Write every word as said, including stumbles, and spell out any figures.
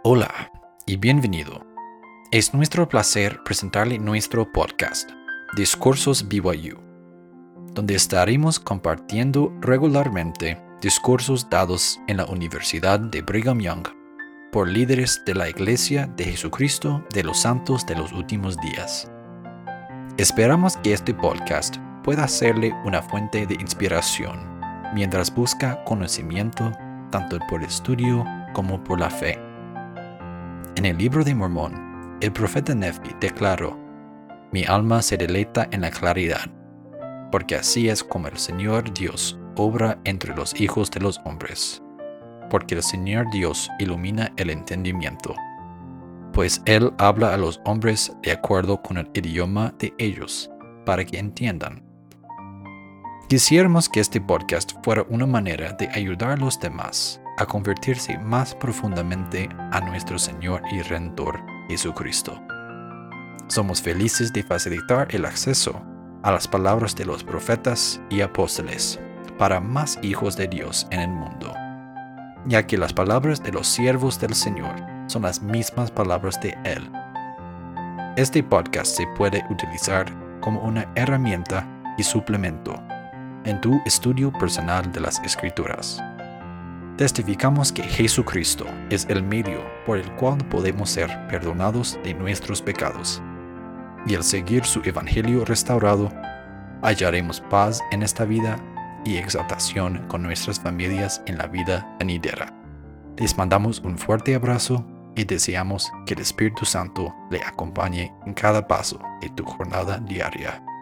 Hola y bienvenido. Es nuestro placer presentarle nuestro podcast, Discursos B Y U, donde estaremos compartiendo regularmente discursos dados en la Universidad de Brigham Young por líderes de la Iglesia de Jesucristo de los Santos de los Últimos Días. Esperamos que este podcast pueda serle una fuente de inspiración mientras busca conocimiento tanto por estudio como por la fe. En el libro de Mormón, el profeta Nefi declaró: «Mi alma se deleita en la claridad, porque así es como el Señor Dios obra entre los hijos de los hombres, porque el Señor Dios ilumina el entendimiento, pues Él habla a los hombres de acuerdo con el idioma de ellos, para que entiendan». Quisiéramos que este podcast fuera una manera de ayudar a los demás a convertirse más profundamente a nuestro Señor y Redentor Jesucristo. Somos felices de facilitar el acceso a las palabras de los profetas y apóstoles para más hijos de Dios en el mundo, ya que las palabras de los siervos del Señor son las mismas palabras de Él. Este podcast se puede utilizar como una herramienta y suplemento en tu estudio personal de las Escrituras. Testificamos que Jesucristo es el medio por el cual podemos ser perdonados de nuestros pecados, y al seguir su evangelio restaurado, hallaremos paz en esta vida y exaltación con nuestras familias en la vida venidera. Les mandamos un fuerte abrazo y deseamos que el Espíritu Santo le acompañe en cada paso de tu jornada diaria.